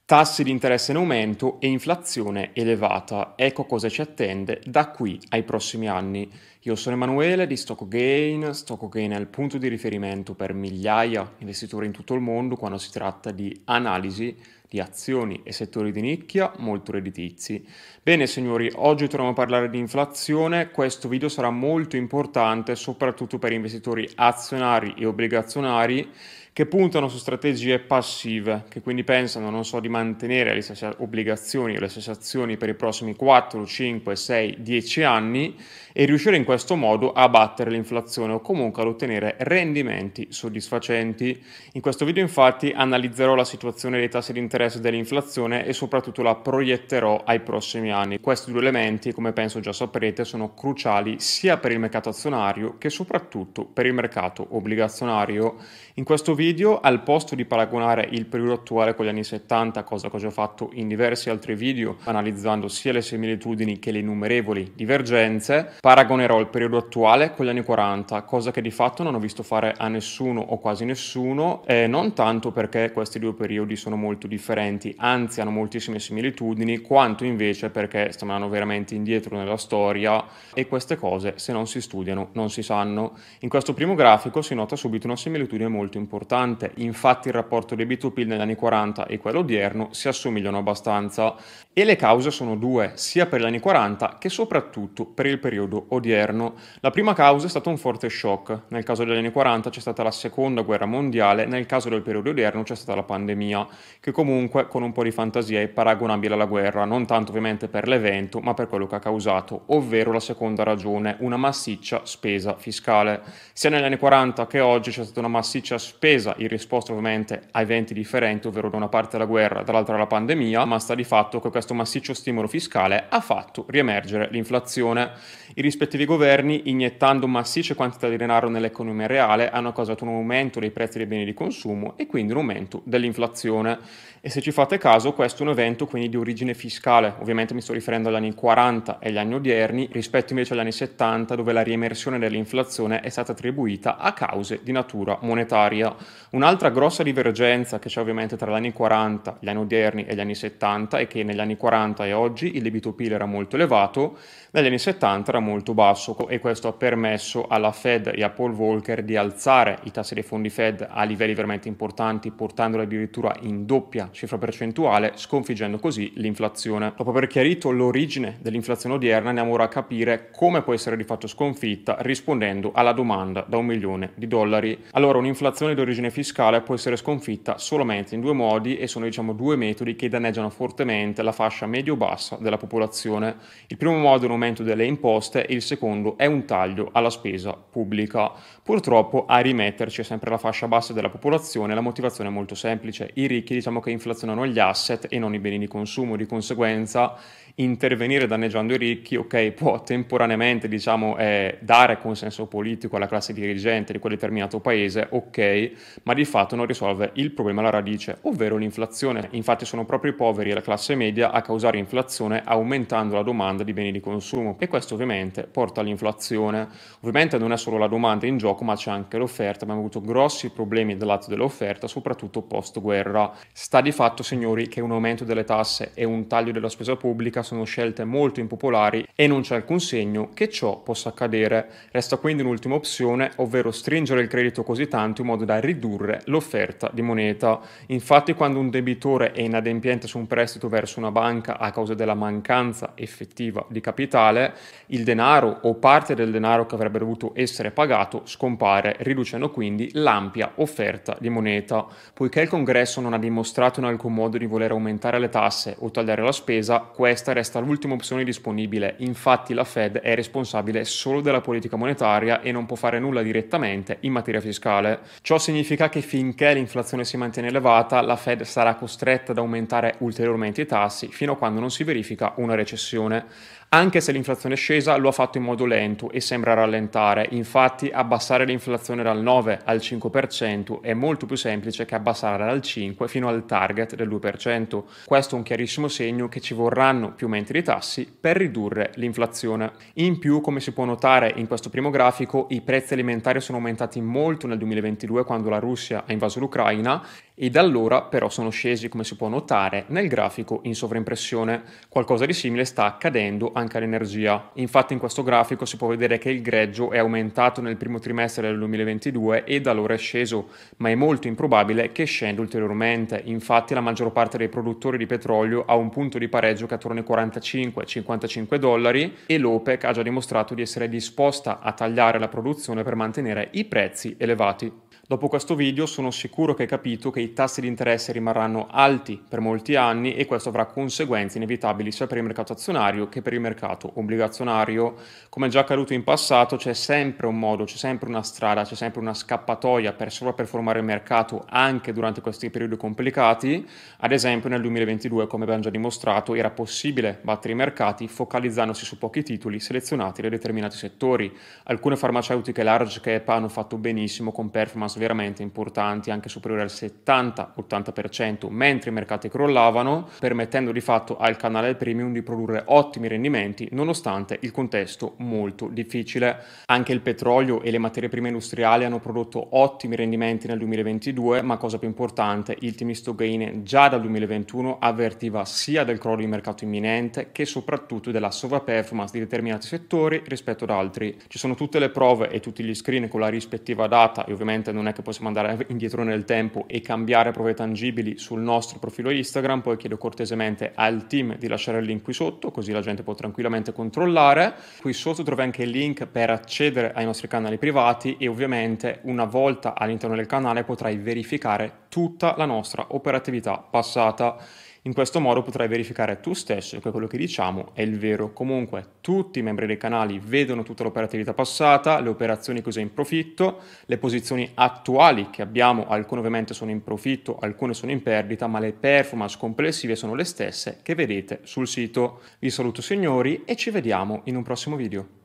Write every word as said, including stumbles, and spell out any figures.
Tassi di interesse in aumento e inflazione elevata. Ecco cosa ci attende da qui ai prossimi anni. Io sono Emanuele di StockGain. StockGain è il punto di riferimento per migliaia di investitori in tutto il mondo quando si tratta di analisi di azioni e settori di nicchia molto redditizi. Bene signori, oggi torniamo a parlare di inflazione. Questo video sarà molto importante soprattutto per investitori azionari e obbligazionari che puntano su strategie passive, che quindi pensano, non so, di mantenere le stesse obbligazioni o le stesse azioni per i prossimi quattro, cinque, sei, dieci anni e riuscire in questo modo a battere l'inflazione o comunque ad ottenere rendimenti soddisfacenti. In questo video infatti analizzerò la situazione dei tassi di interesse dell'inflazione e soprattutto la proietterò ai prossimi anni. Questi due elementi, come penso già saprete, sono cruciali sia per il mercato azionario che soprattutto per il mercato obbligazionario. In questo video, al posto di paragonare il periodo attuale con gli anni settanta, cosa che ho già fatto in diversi altri video, analizzando sia le similitudini che le innumerevoli divergenze, paragonerò il periodo attuale con gli anni quaranta, cosa che di fatto non ho visto fare a nessuno o quasi nessuno, e non tanto perché questi due periodi sono molto differenti, anzi hanno moltissime similitudini, quanto invece perché stiamo andando veramente indietro nella storia e queste cose, se non si studiano, non si sanno. In questo primo grafico si nota subito una similitudine molto importante, infatti il rapporto debito-P I L negli anni quaranta e quello odierno si assomigliano abbastanza e le cause sono due, sia per gli anni quaranta che soprattutto per il periodo odierno. La prima causa è stato un forte shock, nel caso degli anni quaranta c'è stata la seconda guerra mondiale, nel caso del periodo odierno c'è stata la pandemia, che comunque con un po' di fantasia è paragonabile alla guerra, non tanto ovviamente per l'evento ma per quello che ha causato, ovvero la seconda ragione, una massiccia spesa fiscale. Sia negli anni quaranta che oggi c'è stata una massiccia spesa in risposta ovviamente a eventi differenti, ovvero da una parte la guerra, dall'altra la pandemia, ma sta di fatto che questo massiccio stimolo fiscale ha fatto riemergere l'inflazione. I rispettivi governi, iniettando massicce quantità di denaro nell'economia reale, hanno causato un aumento dei prezzi dei beni di consumo e quindi un aumento dell'inflazione. E se ci fate caso, questo è un evento quindi di origine fiscale, ovviamente mi sto riferendo agli anni quaranta e agli anni odierni, rispetto invece agli anni settanta, dove la riemersione dell'inflazione è stata attribuita a cause di natura monetaria. Un'altra grossa divergenza che c'è ovviamente tra gli anni quaranta, gli anni odierni e gli anni settanta è che negli anni quaranta e oggi il debito P I L era molto elevato, negli anni settanta era molto basso e questo ha permesso alla Fed e a Paul Volcker di alzare i tassi dei fondi Fed a livelli veramente importanti, portandoli addirittura in doppia cifra percentuale, sconfiggendo così l'inflazione. Dopo aver chiarito l'origine dell'inflazione odierna, andiamo ora a capire come può essere di fatto sconfitta rispondendo alla domanda da un milione di dollari. Allora, un'inflazione di origine fiscale può essere sconfitta solamente in due modi e sono diciamo due metodi che danneggiano fortemente la fascia medio-bassa della popolazione. Il primo modo è un aumento delle imposte e il secondo è un taglio alla spesa pubblica. Purtroppo a rimetterci è sempre la fascia bassa della popolazione, la motivazione è molto semplice. I ricchi diciamo che inflazionano gli asset e non i beni di consumo, di conseguenza intervenire danneggiando i ricchi, ok, può temporaneamente diciamo eh, dare consenso politico alla classe dirigente di quel determinato paese, ok, ma di fatto non risolve il problema alla radice, ovvero l'inflazione. Infatti sono proprio i poveri e la classe media a causare inflazione aumentando la domanda di beni di consumo e questo ovviamente porta all'inflazione. Ovviamente non è solo la domanda in gioco ma c'è anche l'offerta, abbiamo avuto grossi problemi dal lato dell'offerta soprattutto post guerra. Sta di fatto signori che un aumento delle tasse e un taglio della spesa pubblica sono scelte molto impopolari e non c'è alcun segno che ciò possa accadere. Resta quindi un'ultima opzione, ovvero stringere il credito così tanto in modo da ridurre l'offerta di moneta. Infatti quando un debitore è inadempiente su un prestito verso una banca a causa della mancanza effettiva di capitale, il denaro o parte del denaro che avrebbe dovuto essere pagato scompare, riducendo quindi l'ampia offerta di moneta. Poiché il Congresso non ha dimostrato in alcun modo di voler aumentare le tasse o tagliare la spesa, questa resta l'ultima opzione disponibile. Infatti la Fed è responsabile solo della politica monetaria e non può fare nulla direttamente in materia fiscale. Ciò significa che finché l'inflazione si mantiene elevata, la Fed sarà costretta ad aumentare ulteriormente i tassi fino a quando non si verifica una recessione. Anche se l'inflazione è scesa, lo ha fatto in modo lento e sembra rallentare. Infatti, abbassare l'inflazione dal nove al cinque per cento è molto più semplice che abbassarla dal cinque fino al target del due per cento. Questo è un chiarissimo segno che ci vorranno più aumenti di tassi per ridurre l'inflazione. In più, come si può notare in questo primo grafico, i prezzi alimentari sono aumentati molto nel duemilaventidue quando la Russia ha invaso l'Ucraina e da allora però sono scesi, come si può notare nel grafico in sovraimpressione. Qualcosa di simile sta accadendo anche all'energia. Infatti in questo grafico si può vedere che il greggio è aumentato nel primo trimestre del duemilaventidue e da allora è sceso, ma è molto improbabile che scenda ulteriormente. Infatti la maggior parte dei produttori di petrolio ha un punto di pareggio che è attorno ai quarantacinque cinquantacinque dollari e l'OPEC ha già dimostrato di essere disposta a tagliare la produzione per mantenere i prezzi elevati. Dopo questo video sono sicuro che hai capito che i tassi di interesse rimarranno alti per molti anni e questo avrà conseguenze inevitabili sia per il mercato azionario che per il mercato obbligazionario. Come già accaduto in passato, c'è sempre un modo, c'è sempre una strada, c'è sempre una scappatoia per sovraperformare il mercato anche durante questi periodi complicati. Ad esempio nel duemilaventidue, come abbiamo già dimostrato, era possibile battere i mercati focalizzandosi su pochi titoli selezionati da determinati settori. Alcune farmaceutiche large cap hanno fatto benissimo con performance veramente importanti, anche superiori al settanta ottanta per cento, mentre i mercati crollavano, permettendo di fatto al canale premium di produrre ottimi rendimenti nonostante il contesto molto difficile. Anche il petrolio e le materie prime industriali hanno prodotto ottimi rendimenti nel duemilaventidue, ma cosa più importante, il team Stogain già dal duemilaventuno avvertiva sia del crollo di mercato imminente che soprattutto della sovraperformance di determinati settori rispetto ad altri. Ci sono tutte le prove e tutti gli screen con la rispettiva data e ovviamente non è che possiamo andare indietro nel tempo e cambiare prove tangibili sul nostro profilo Instagram, poi chiedo cortesemente al team di lasciare il link qui sotto così la gente può tranquillamente controllare. Qui sotto trovi anche il link per accedere ai nostri canali privati e ovviamente una volta all'interno del canale potrai verificare tutta la nostra operatività passata. In questo modo potrai verificare tu stesso che quello che diciamo è il vero. Comunque tutti i membri dei canali vedono tutta l'operatività passata, le operazioni che usa in profitto, le posizioni attuali che abbiamo, alcune ovviamente sono in profitto, alcune sono in perdita, ma le performance complessive sono le stesse che vedete sul sito. Vi saluto signori e ci vediamo in un prossimo video.